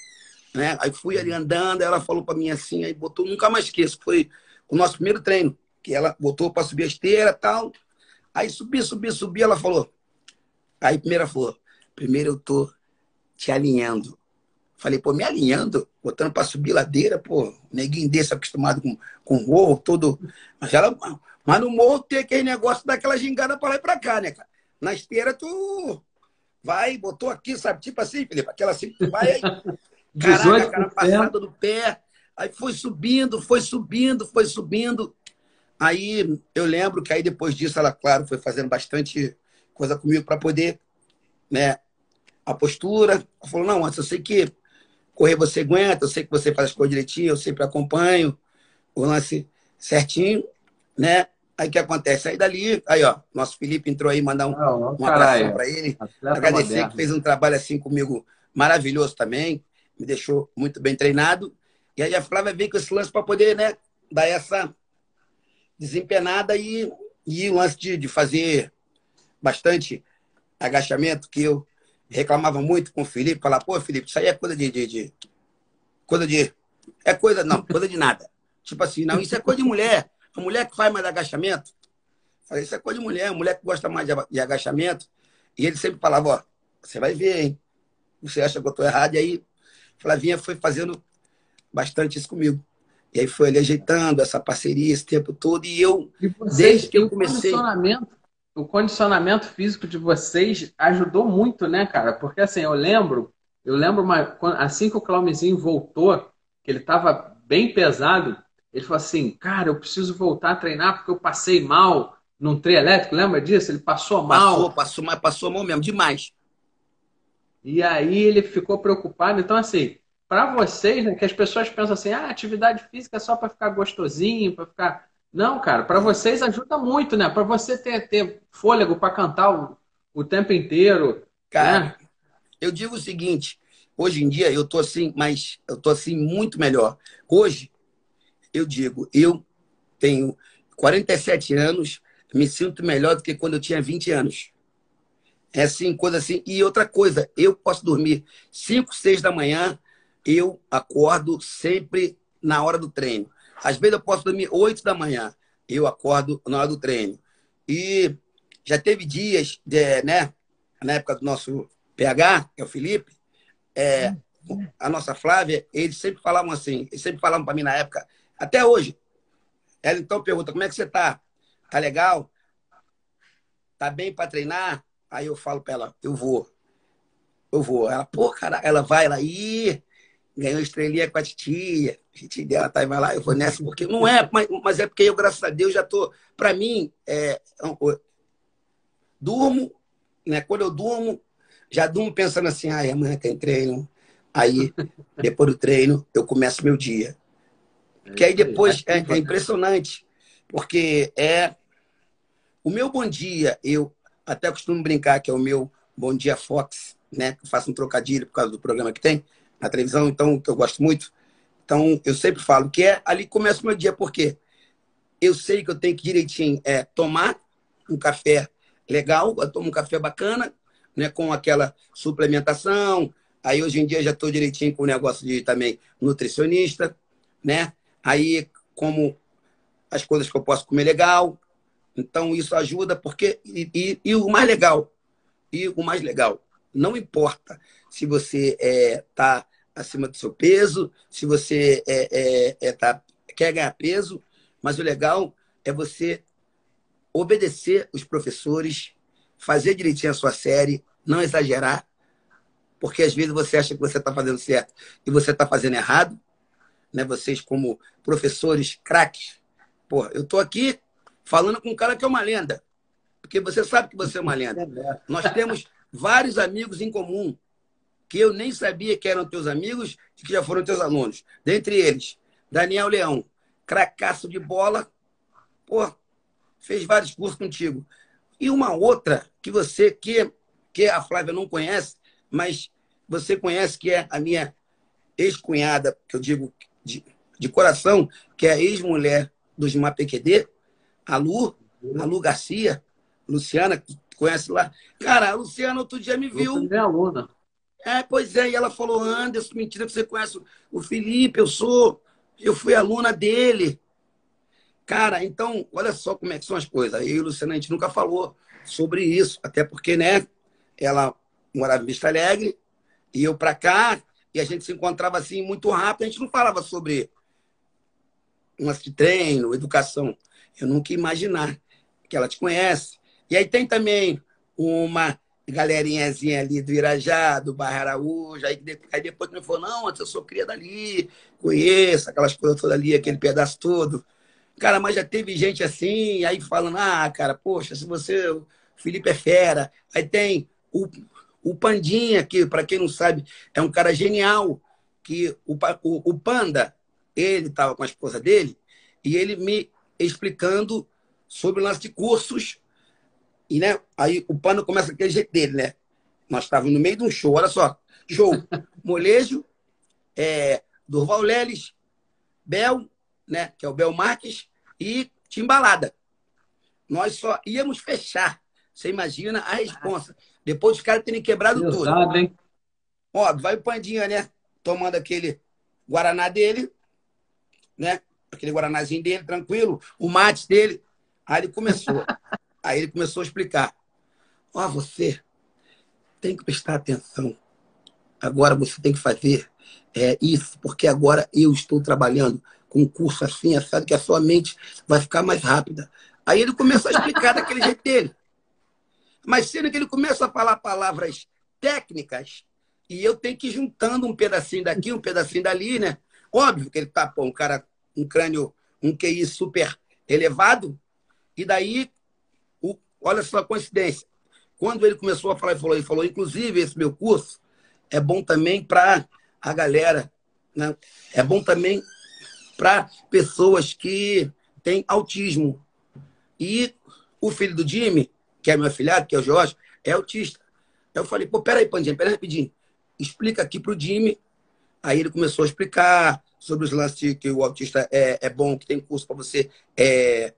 Né? Aí fui ali andando, ela falou para mim assim, aí botou, nunca mais esqueço, foi o nosso primeiro treino, que ela botou para subir a esteira e tal. Aí subi, subi, subi, ela falou. Aí primeiro ela falou, primeiro eu tô te alinhando. Falei, pô, me alinhando, botando para subir ladeira, pô, neguinho desse acostumado com, com morro, todo. Mas, ela, mas no morro tem aquele negócio daquela gingada para lá e para cá, né, cara? Na esteira, tu vai, botou aqui, sabe? Tipo assim, Felipe, aquela assim, tu vai, aí, caraca, a cara dezoito por cento. passada do pé. Aí foi subindo, foi subindo, foi subindo. Aí eu lembro que aí depois disso, ela, claro, foi fazendo bastante coisa comigo para poder, né, a postura. Ela falou, não, antes eu sei que correr você aguenta, eu sei que você faz as coisas direitinho, eu sempre acompanho o lance certinho, né? Aí o que acontece? Aí dali, aí ó, nosso Felipe entrou aí, mandar um, Não, um abração caralho. para ele, Atleta agradecer que moderno. fez um trabalho assim comigo maravilhoso também, me deixou muito bem treinado. E aí a Flávia veio com esse lance para poder, né, dar essa desempenada e, e o lance de, de fazer bastante agachamento, que eu reclamava muito com o Felipe, falar, pô, Felipe, isso aí é coisa de, de, de coisa de. É coisa, não, coisa de nada. Tipo assim, não, isso é coisa de mulher. A mulher que faz mais agachamento. Falei, isso é coisa de mulher, a mulher que gosta mais de, de agachamento. E ele sempre falava, ó, você vai ver, hein? Você acha que eu tô errado? E aí, Flavinha foi fazendo bastante isso comigo. E aí foi ali ajeitando essa parceria esse tempo todo. E eu, E vocês, desde que e eu o comecei... condicionamento, o condicionamento físico de vocês ajudou muito, né, cara? Porque assim, eu lembro, eu lembro uma, quando- assim que o Claumezinho voltou, que ele estava bem pesado, ele falou assim, cara, eu preciso voltar a treinar porque eu passei mal num trio elétrico, lembra disso? Ele passou Passou, mal. passou, mas passou mal mesmo, demais. E aí ele ficou preocupado. Então, assim, para vocês, né, que as pessoas pensam assim, ah, atividade física é só para ficar gostosinho, para ficar. Não, cara, para vocês ajuda muito, né? Para você ter, ter fôlego para cantar o, o tempo inteiro, Cara, né? eu digo o seguinte, hoje em dia eu tô assim, mas eu tô assim muito melhor. Hoje, eu digo, eu tenho quarenta e sete anos, me sinto melhor do que quando eu tinha vinte anos. É assim, coisa assim. E outra coisa, eu posso dormir cinco, seis da manhã, eu acordo sempre na hora do treino. Às vezes eu posso dormir oito da manhã, eu acordo na hora do treino. E já teve dias, de, né, na época do nosso P H, que é o Felipe, é, a nossa Flávia, eles sempre falavam assim, eles sempre falavam para mim na época, até hoje. Ela então pergunta, como é que você tá? Tá legal? Tá bem para treinar? Aí eu falo para ela, eu vou. Eu vou. Ela, pô, cara, ela vai, ela, ih, ganhou estrelinha com a titia. A titia dela tá, vai lá, eu vou nessa, porque não é, mas, mas é porque eu, graças a Deus, já tô. Pra mim, é, eu durmo, né? Quando eu durmo, já durmo pensando assim, ai, amanhã tem treino. Aí, depois do treino, eu começo meu dia. É Que aí isso aí, depois é, é ativa, né? impressionante, porque é o meu bom dia, eu até costumo brincar que é o meu Bom Dia Fox, né? Eu faço um trocadilho por causa do programa que tem na televisão, então, que eu gosto muito. Então, eu sempre falo que é ali que começa o meu dia, porque eu sei que eu tenho que direitinho é, tomar um café legal, eu tomo um café bacana, né? Com aquela suplementação. Aí, hoje em dia, já estou direitinho com o negócio de também nutricionista, né? Aí, como as coisas que eu posso comer legal, então, isso ajuda, porque. E, e, e o mais legal, e o mais legal, não importa se você está é, acima do seu peso, se você é, é, é, tá, quer ganhar peso, mas o legal é você obedecer os professores, fazer direitinho a sua série, não exagerar, porque às vezes você acha que você está fazendo certo e você está fazendo errado, né? Vocês, como professores craques, pô, eu estou aqui falando com um cara que é uma lenda, porque você sabe que você é uma lenda. Nós temos vários amigos em comum que eu nem sabia que eram teus amigos e que já foram teus alunos. Dentre eles, Daniel Leão, cracaço de bola, pô, fez vários cursos contigo. E uma outra que você, que, que a Flávia não conhece, mas você conhece, que é a minha ex-cunhada, que eu digo de, de coração, que é a ex-mulher do Gilmar P Q D, a Lu, a Lu Garcia, Luciana, que conhece lá. Cara, a Luciana outro dia me Luta de viu. minha aluna. É, pois é, e ela falou, Anderson, mentira que você conhece o Felipe, eu sou, eu fui aluna dele. Cara, então, olha só como é que são as coisas. Eu e a Luciana, a gente nunca falou sobre isso, até porque, né, ela morava em Vista Alegre, e eu pra cá, e a gente se encontrava assim muito rápido, a gente não falava sobre um de treino, educação. Eu nunca ia imaginar que ela te conhece. E aí tem também uma galerinhazinha ali do Irajá, do Bairro Araújo, aí, aí depois me falou, não, eu sou cria dali, conheço aquelas coisas todas ali, aquele pedaço todo. Cara, mas já teve gente assim, aí falando, ah, cara, poxa, se você, o Felipe é fera. Aí tem o, o Pandinha, que, para quem não sabe, é um cara genial, que o, o, o Panda, ele estava com a esposa dele, e ele me explicando sobre o lance de cursos. E, né, aí o Panda começa aquele jeito dele, né? Nós estávamos no meio de um show, olha só, show, Molejo, é, Durval Leles, Bel, né, que é o Bel Marques, e Timbalada. Nós só íamos fechar. Você imagina a responsa. Depois os caras terem quebrado tudo. Pesado, hein? Ó, vai o Pandinha, né? Tomando aquele Guaraná dele, né? Aquele Guaranazinho dele, tranquilo. O mate dele. Aí ele começou. Aí ele começou a explicar. Ó, você tem que prestar atenção. Agora você tem que fazer é, isso, porque agora eu estou trabalhando com um curso assim, assado, que a sua mente vai ficar mais rápida. Aí ele começou a explicar daquele jeito dele. Mas sendo que ele começa a falar palavras técnicas, e eu tenho que ir juntando um pedacinho daqui, um pedacinho dali, né? Óbvio que ele tá, pô, um cara, um crânio, um Q I super elevado, e daí, o, olha só a coincidência. Quando ele começou a falar, ele falou, ele falou, inclusive, esse meu curso é bom também para a galera, né? É bom também para pessoas que têm autismo. E o filho do Jimmy, que é meu afilhado, que é o Jorge, é autista. Então eu falei, pô, peraí, Pandinha, peraí rapidinho. Explica aqui pro Jimmy. Aí ele começou a explicar sobre os lances de que o autista é, é bom, que tem curso para você é,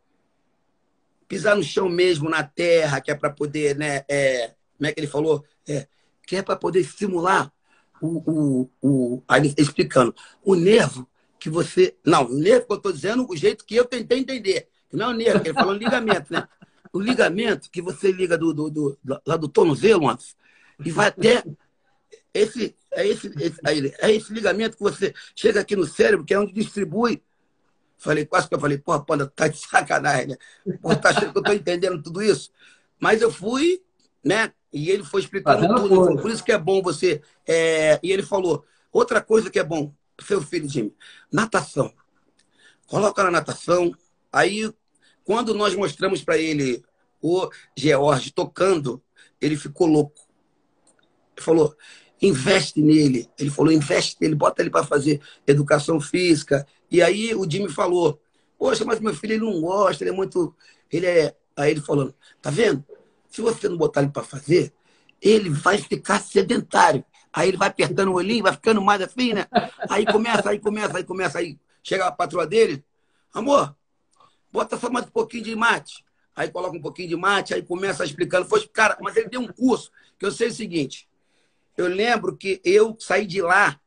pisar no chão mesmo, na terra, que é para poder, né? É, como é que ele falou? É, que é para poder estimular o, o, o. Aí ele explicando, o nervo que você. Não, o nervo que eu estou dizendo, o jeito que eu tentei entender. Que não é o nervo, que ele falou ligamento, né? O ligamento que você liga do, do, do, lá do tornozelo, antes, e vai até. Esse, é, esse, esse, aí, é esse ligamento que você chega aqui no cérebro, que é onde distribui. Falei, quase que eu falei, porra, Panda, tá de sacanagem, né? Porra, tá achando que eu tô entendendo tudo isso? Mas eu fui, né? E ele foi explicando Fazendo tudo. coisa. Por isso que é bom você. É... E ele falou, outra coisa que é bom, seu filho, Jimmy, natação. Coloca na natação. Aí, quando nós mostramos para ele o George tocando, ele ficou louco. Ele falou, investe nele. Ele falou, investe nele, bota ele para fazer educação física. E aí o Jimmy falou, poxa, mas meu filho ele não gosta, ele é muito... Ele é... Aí ele falando, tá vendo? Se você não botar ele para fazer, ele vai ficar sedentário. Aí ele vai apertando o olhinho, vai ficando mais assim, né? Aí começa, aí começa, aí começa, aí chega a patroa dele, amor, bota só mais um pouquinho de mate. Aí coloca um pouquinho de mate, aí começa explicando. Foi, cara, mas ele deu um curso, que eu sei o seguinte, eu lembro que eu saí de lá,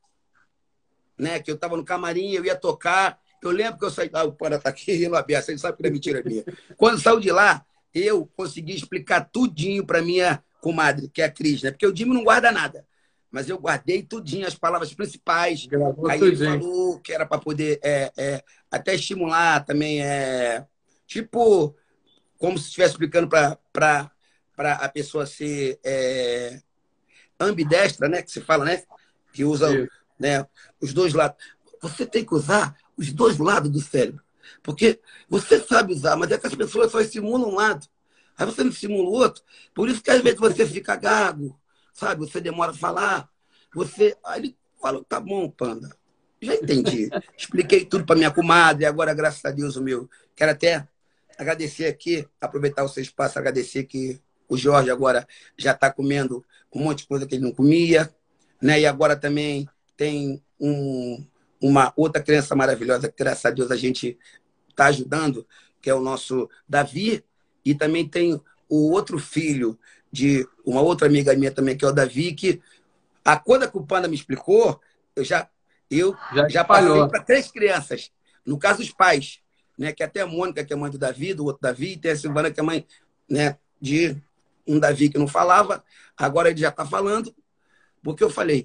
né, que eu estava no camarim, eu ia tocar, eu lembro que eu saí, ah, o Pana tá aqui, ele aberto, ele sabe que não é mentira minha. Quando saiu de lá, eu consegui explicar tudinho para minha comadre, que é a Cris, né, porque o Jimmy não guarda nada, mas eu guardei tudinho, as palavras principais, Gravou aí ele tudinho. falou que era para poder é, é, até estimular também, é, tipo, como se estivesse explicando para a pessoa ser é, ambidestra, né, que se fala, né, que usa... Isso. Né? Os dois lados. Você tem que usar os dois lados do cérebro. Porque você sabe usar, mas é que as pessoas só estimulam um lado. Aí você não estimula o outro. Por isso que às vezes você fica gago, sabe? Você demora a falar. Você... Aí ele falou, tá bom, Panda. Já entendi. Expliquei tudo para minha comadre. Agora, graças a Deus, o meu... Quero até agradecer aqui, aproveitar o seu espaço, agradecer que o Jorge agora já está comendo um monte de coisa que ele não comia. Né? E agora também tem um, uma outra criança maravilhosa que, graças a Deus, a gente está ajudando, que é o nosso Davi, e também tem o outro filho de uma outra amiga minha também, que é o Davi, que a coisa que o Panda me explicou, eu já, eu Já já passei espalhou. para três crianças, no caso, os pais, né? Que até a Mônica, que é mãe do Davi, do outro Davi, e tem a Silvana, que é mãe, né, de um Davi que não falava, agora ele já está falando, porque eu falei,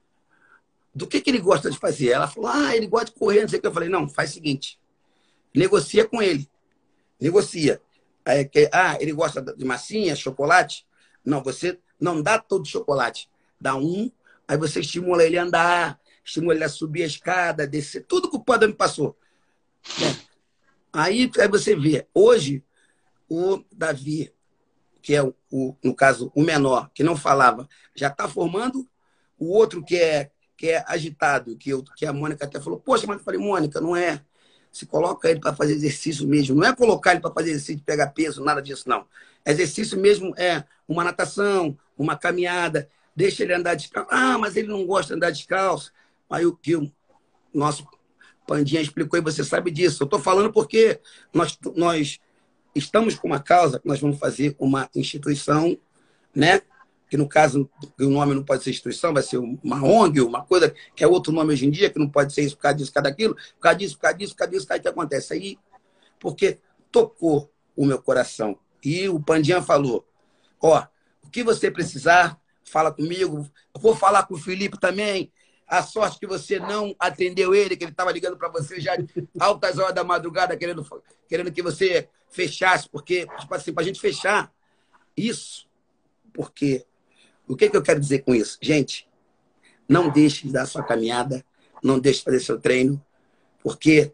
do que, que ele gosta de fazer? Ela falou, ah, ele gosta de correr, não sei o que. Eu falei, não, faz o seguinte, negocia com ele, negocia. Aí, que, ah, ele gosta de massinha, chocolate? Não, você não dá todo chocolate, dá um, aí você estimula ele a andar, estimula ele a subir a escada, descer, tudo que o Panda me passou. Né? Aí, aí você vê, hoje, o Davi, que é, o, o, no caso, o menor, que não falava, já está formando, o outro que é que é agitado, que, eu, que a Mônica até falou, poxa, mas eu falei, Mônica, não é, se coloca ele para fazer exercício mesmo, não é colocar ele para fazer exercício, pegar peso, nada disso, não. Exercício mesmo é uma natação, uma caminhada, deixa ele andar descalço. Ah, mas ele não gosta de andar descalço. Aí o que o nosso Pandinha explicou, e você sabe disso. Eu estou falando porque nós, nós estamos com uma causa, nós vamos fazer uma instituição, né? Que no caso, o nome não pode ser instituição, vai ser uma ONG, uma coisa que é outro nome hoje em dia, que não pode ser isso, por causa disso, por causa daquilo, por causa disso, por causa disso, por causa disso, aí que acontece? Aí, porque tocou o meu coração. E o Pandinha falou, ó, o que você precisar, fala comigo, eu vou falar com o Felipe também, A sorte que você não atendeu ele, que ele estava ligando para você já altas horas da madrugada, querendo, querendo que você fechasse, porque, tipo assim, para a gente fechar isso, porque o que, que eu quero dizer com isso? Gente, não deixe de dar sua caminhada, não deixe de fazer seu treino, porque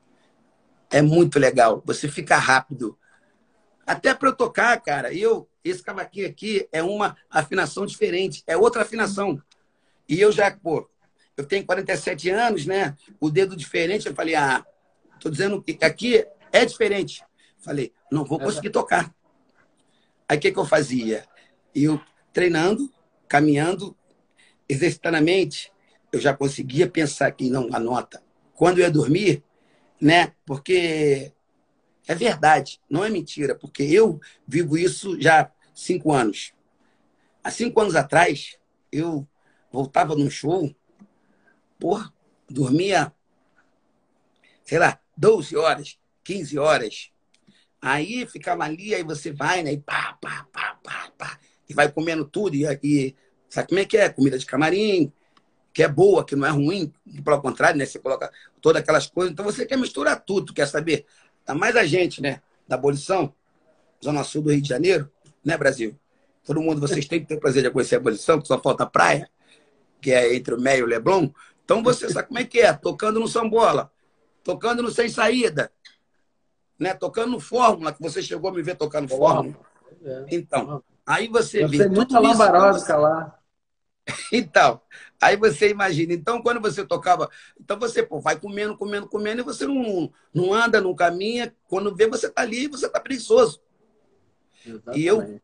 é muito legal. Você fica rápido. Até para eu tocar, cara, eu, esse cavaquinho aqui é uma afinação diferente, é outra afinação. E eu já, pô, eu tenho quarenta e sete anos, né? O dedo diferente, eu falei, ah, tô dizendo que aqui é diferente. Falei, não vou conseguir tocar. Aí o que, que eu fazia? Eu treinando, caminhando, exercitando a mente, eu já conseguia pensar aqui, não, anota. Quando eu ia dormir, né? Porque é verdade, não é mentira, porque eu vivo isso já há cinco anos. Há cinco anos atrás, eu voltava num show, porra, dormia, sei lá, doze horas, quinze horas. Aí ficava ali, aí você vai, né? E pá, pá, pá, pá, pá. E vai comendo tudo. E, e sabe como é que é? Comida de camarim, que é boa, que não é ruim. Pelo contrário, né? Você coloca todas aquelas coisas. Então você quer misturar tudo, tu quer saber? Tá mais a gente, né? Da abolição, Zona Sul do Rio de Janeiro, né, Brasil? Todo mundo, vocês têm que ter o prazer de conhecer a abolição, que só falta a praia, que é entre o Mé e o Leblon. Então você sabe como é que é? Tocando no sambola, tocando no sem saída, né? Tocando no Fórmula, que você chegou a me ver tocando Fórmula. Então, aí você eu vê sei tudo muita isso. lambaróbica lá. Então, aí você imagina. Então, quando você tocava, então você pô, vai comendo, comendo, comendo, e você não, não anda, não caminha. Quando vê, você está ali e você está preguiçoso. E eu,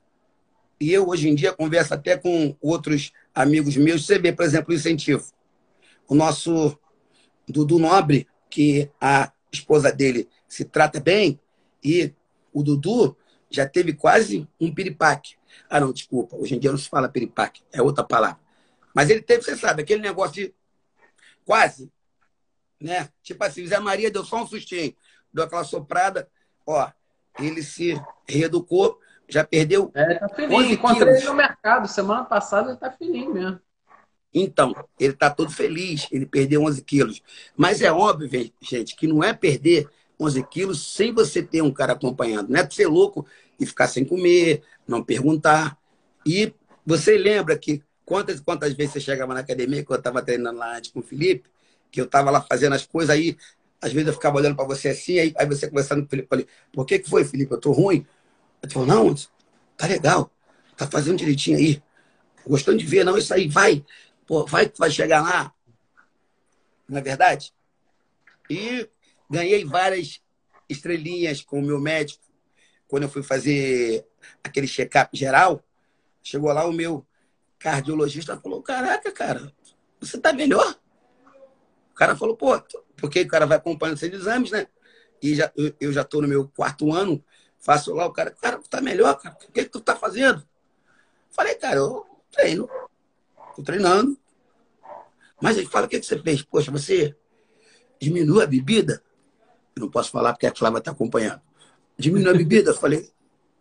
e eu, hoje em dia, converso até com outros amigos meus. Você vê, por exemplo, o incentivo. O nosso Dudu Nobre, que a esposa dele se trata bem, e o Dudu já teve quase um piripaque. Ah, não, desculpa, hoje em dia não se fala piripaque, é outra palavra. Mas ele teve, você sabe, aquele negócio de quase, né? Tipo assim, Zé Maria deu só um sustinho, deu aquela soprada, ó, ele se reeducou, já perdeu É, tá fininho. onze Encontrei quilos. ele no mercado semana passada, ele tá fininho mesmo. Então, ele está todo feliz, ele perdeu onze quilos. Mas é óbvio, gente, que não é perder onze quilos sem você ter um cara acompanhando. Não é ser louco e ficar sem comer, não perguntar. E você lembra que quantas quantas vezes você chegava na academia, que eu estava treinando lá antes com o Felipe, que eu estava lá fazendo as coisas, aí às vezes eu ficava olhando para você assim, aí, aí você conversando com o Felipe, falei, por que que foi, Felipe? Eu tô ruim? Ele falou, não, tá legal, tá fazendo direitinho aí. Gostando de ver, não, isso aí, vai. Pô, vai que vai chegar lá. Não é verdade? E ganhei várias estrelinhas com o meu médico. Quando eu fui fazer aquele check-up geral, chegou lá o meu cardiologista falou, caraca, cara, você tá melhor? O cara falou, pô, porque o cara vai acompanhando esses exames, né? E já, eu, eu já tô no meu quarto ano, faço lá, o cara, cara, tu tá melhor, cara? O que, que tu tá fazendo? Falei, cara, eu treino. Tô treinando. Mas ele fala, o que, que você fez? Poxa, você diminuiu a bebida? Eu não posso falar porque a Flávia está acompanhando. Diminuiu a bebida? Eu falei,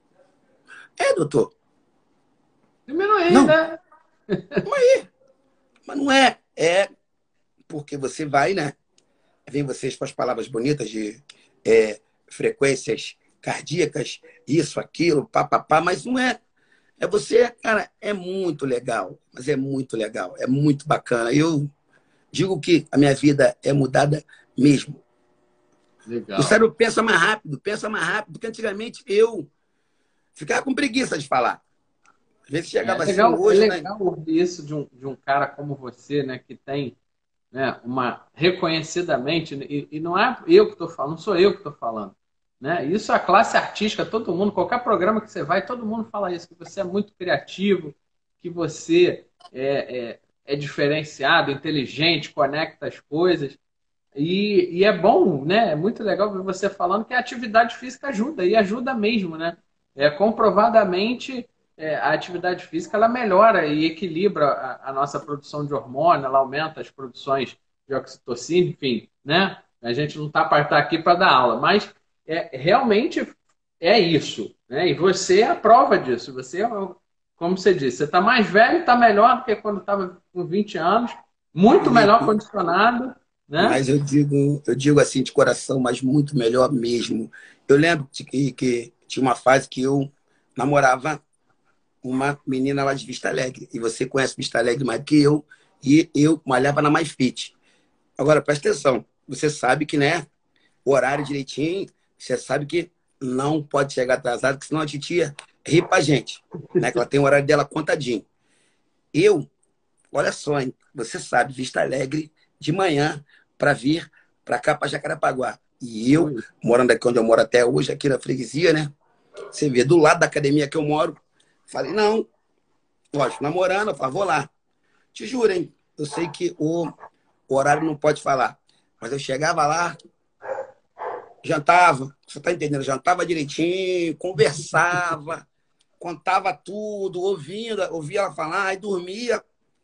é, doutor. Diminuir, Não, né? mas, mas não é. É porque você vai, né? Vem vocês com as palavras bonitas de é, frequências cardíacas, isso, aquilo, papapá, mas não é. É você, cara, é muito legal, mas é muito legal, é muito bacana. Eu digo que a minha vida é mudada mesmo. Legal. O cérebro pensa mais rápido, pensa mais rápido, porque antigamente eu ficava com preguiça de falar. Às vezes chegava É assim legal, é hoje, né? legal ouvir isso de um, de um cara como você, né, que tem, né, uma reconhecidamente, e, e não é eu que estou falando, não sou eu que estou falando, né? Isso é a classe artística, todo mundo, qualquer programa que você vai, todo mundo fala isso, que você é muito criativo, que você é, é, é diferenciado, inteligente, conecta as coisas. E, e é bom, né? É muito legal ver você falando que a atividade física ajuda, e ajuda mesmo, né? É, comprovadamente, é, a atividade física ela melhora e equilibra a, a nossa produção de hormônio, ela aumenta as produções de oxitocina, enfim, né? A gente não está tá aqui para dar aula, mas é, realmente é isso, né? E você é a prova disso. Você, é, como você disse, você está mais velho, está melhor do que quando estava com vinte anos, Muito melhor Felipe, condicionado, né? mas eu digo, eu digo assim de coração, mas muito melhor mesmo. Eu lembro que, que tinha uma fase que eu namorava uma menina lá de Vista Alegre. E você conhece Vista Alegre mais do que eu. E eu malhava na Mais Fit. Agora, presta atenção. Você sabe que, né? O horário direitinho. Você sabe que não pode chegar atrasado, porque senão a titia ri pra gente. Né? Que ela tem o horário dela contadinho. Eu, olha só, hein? Você sabe, Vista Alegre de manhã para vir para cá, para Jacarepaguá. E eu, Ui. morando aqui onde eu moro até hoje, aqui na freguesia, né? Você vê, do lado da academia que eu moro, falei, não, lógico, namorando, eu falei, vou lá. Te juro, hein? Eu sei que o horário não pode falar. Mas eu chegava lá, jantava, você tá entendendo? Jantava direitinho, conversava, contava tudo, ouvindo, ouvia ela falar, aí dormia.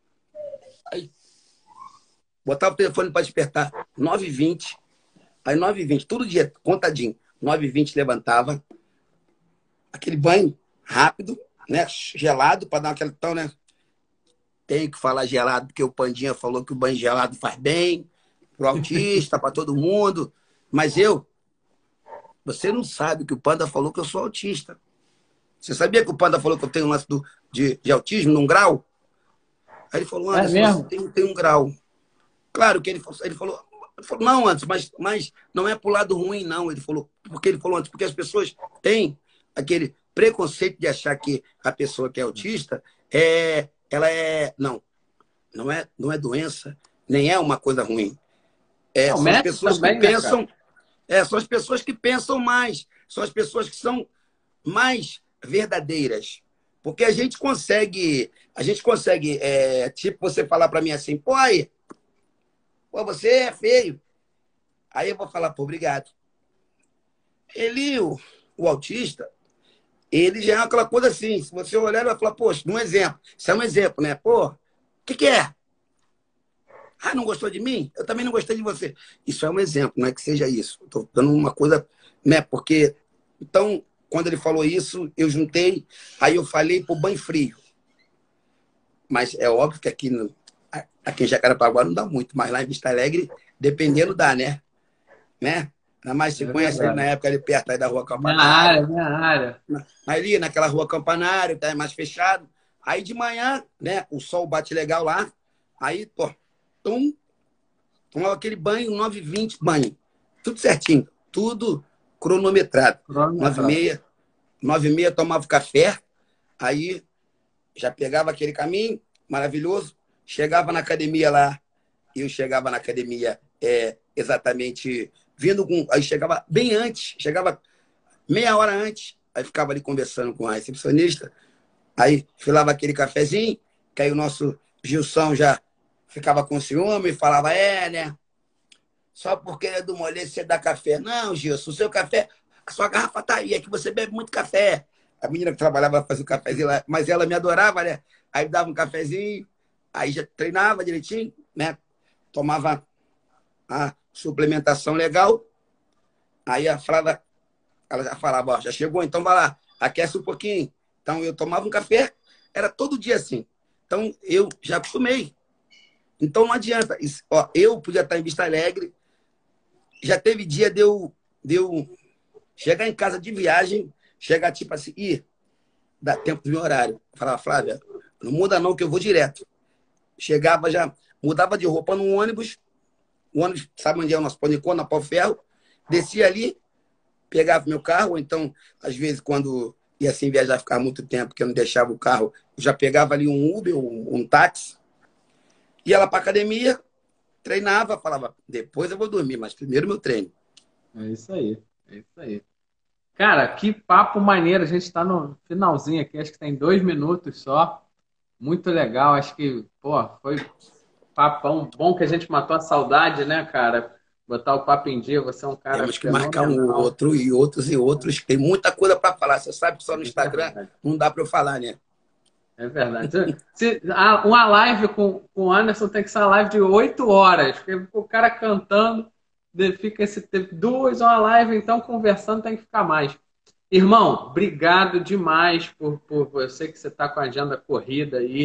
Aí botava o telefone para despertar, nove e vinte. Aí nove e vinte, todo dia, contadinho. nove e vinte levantava, aquele banho rápido, né? Gelado, para dar aquela tão, né? Tem que falar gelado, porque o Pandinha falou que o banho gelado faz bem, pro autista, para todo mundo. Mas eu, você não sabe que o Panda falou que eu sou autista. Você sabia que o Panda falou que eu tenho um lance do, de, de autismo num grau? Aí ele falou, É Anderson, você mesmo? tem, tem um grau. Claro que ele, ele falou, ele falou, não, antes, mas, mas não é pro lado ruim, não. Ele falou, porque ele falou antes, porque as pessoas têm aquele preconceito de achar que a pessoa que é autista é, ela é, não, não é, não é doença, nem é uma coisa ruim. É, É, o são as médico pessoas que também, né, cara? pensam, é, são as pessoas que pensam mais, são as pessoas que são mais verdadeiras. Porque a gente consegue, a gente consegue, é, tipo, você falar para mim assim, pô, aí, pô, você é feio. Aí eu vou falar, pô, obrigado. Ele, o, o autista, ele já é aquela coisa assim, se você olhar, ele vai falar, poxa, um exemplo, isso é um exemplo, né? Pô, o que, que é? Ah, não gostou de mim? Eu também não gostei de você. Isso é um exemplo, não é que seja isso. Estou dando uma coisa, né? Porque, então, quando ele falou isso, eu juntei, aí eu falei pro banho frio. Mas é óbvio que aqui, no, aqui em Jacarepaguá não dá muito, mas lá em Vista Alegre, dependendo, dá, né? né? Ainda mais se É conhece ali na verdade. época, ali perto aí da Rua Minha Campanário, área, minha área. ali naquela Rua Campanário, tá mais fechado. Aí de manhã, né? O sol bate legal lá. Aí, pô, tum, tomava aquele banho, nove e vinte, banho. Tudo certinho, tudo cronometrado. nove e Cronometrado. meia, nove e meia tomava café, aí já pegava aquele caminho maravilhoso, chegava na academia lá, eu chegava na academia é, exatamente vindo com. Aí chegava bem antes, chegava meia hora antes, aí ficava ali conversando com a recepcionista, aí filava aquele cafezinho, que aí o nosso Gilson já ficava com ciúme e falava, é, né? Só porque ele é do molê você dá café. Não, Gilson, o seu café, a sua garrafa tá aí, é que você bebe muito café. A menina que trabalhava fazia o cafezinho lá, mas ela me adorava, né? Aí dava um cafezinho, aí já treinava direitinho, né? Tomava a suplementação legal, aí a falava, ela já falava, ó, já chegou, então vai lá, aquece um pouquinho. Então eu tomava um café, era todo dia assim. Então eu já acostumei. Então não adianta. Isso, ó, eu podia estar em Vista Alegre, já teve dia de eu, de eu chegar em casa de viagem, chegar tipo assim, ih, dá tempo do meu horário. Eu falava, Flávia, não muda não que eu vou direto. Chegava já, mudava de roupa no ônibus, o ônibus, sabe onde é o nosso Panicô, na Pau Ferro, descia ali, pegava meu carro, ou então, às vezes, quando ia assim viajar, ficar muito tempo, que eu não deixava o carro, eu já pegava ali um Uber, um, um táxi, ia lá para academia, treinava, falava, depois eu vou dormir, mas primeiro meu treino. É isso aí. É isso aí. Cara, que papo maneiro. A gente está no finalzinho aqui, acho que tem dois minutos só. Muito legal. Acho que, pô, foi papão bom que a gente matou a saudade, né, cara? Botar o papo em dia. Você é um cara Temos que marcar um fenomenal. outro e outros e outros. Tem muita coisa para falar. Você sabe que só no É Instagram verdade. não dá para eu falar, né? É verdade. Se, a- uma live com, com o Anderson tem que ser uma live de oito horas, porque o cara cantando, de- fica esse tempo, duas, uma live, então conversando tem que ficar mais. Irmão, obrigado demais por, por eu sei que você está com a agenda corrida aí.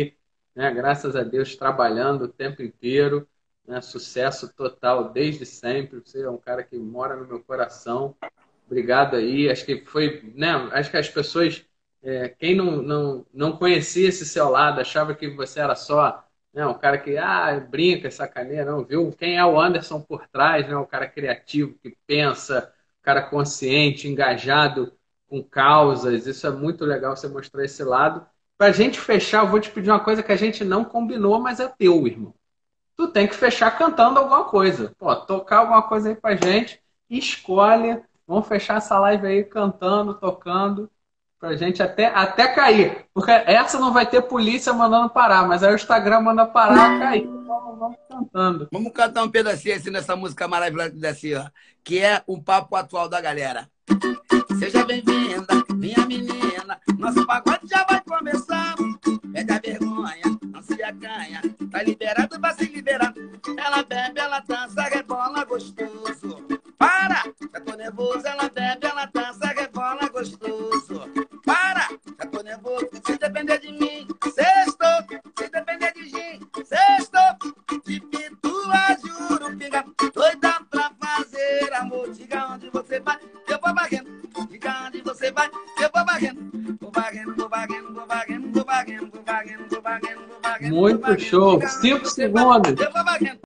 né? Graças a Deus, trabalhando o tempo inteiro, né? Sucesso total desde sempre. Você é um cara que mora no meu coração. Obrigado aí. Acho que foi, né? Acho que as pessoas, é, quem não, não, não conhecia esse seu lado, achava que você era só, né, um cara que ah, brinca, sacaneia, não viu quem é o Anderson por trás, né? O cara criativo que pensa, o cara consciente, engajado com causas. Isso é muito legal você mostrar esse lado. Para a gente fechar, eu vou te pedir uma coisa que a gente não combinou, mas é teu, irmão. Tu tem que fechar cantando alguma coisa. Pô, tocar alguma coisa aí pra gente. Escolhe. Vamos fechar essa live aí cantando, tocando, pra gente até, até cair. Porque essa não vai ter polícia mandando parar, mas aí o Instagram manda parar, cair. Vamos, vamos cantando. Vamos cantar um pedacinho assim nessa música maravilhosa desse, ó, que é o papo atual da galera. Seja bem-vinda, minha menina. Nosso pagode já vai começar. Pede a vergonha, não se acanha. Tá liberado pra se liberar. Ela bebe, ela dança, rebola gostoso. Para! Já tô nervoso, ela bebe, ela dança, rebola gostoso. Para! Já tô nervoso, se depender de mim, sexto. Se depender de gin, sexto. De pitua, juro, pinga. Doida pra fazer amor. Diga onde você vai, eu vou varrendo. Diga onde você vai, eu vou varrendo. Vou varrendo, vou varrendo, vou varrendo, vou varrendo, vou varrendo, vou varrendo, vou varrendo. Muito show. Cinco segundos. Eu vou varrendo.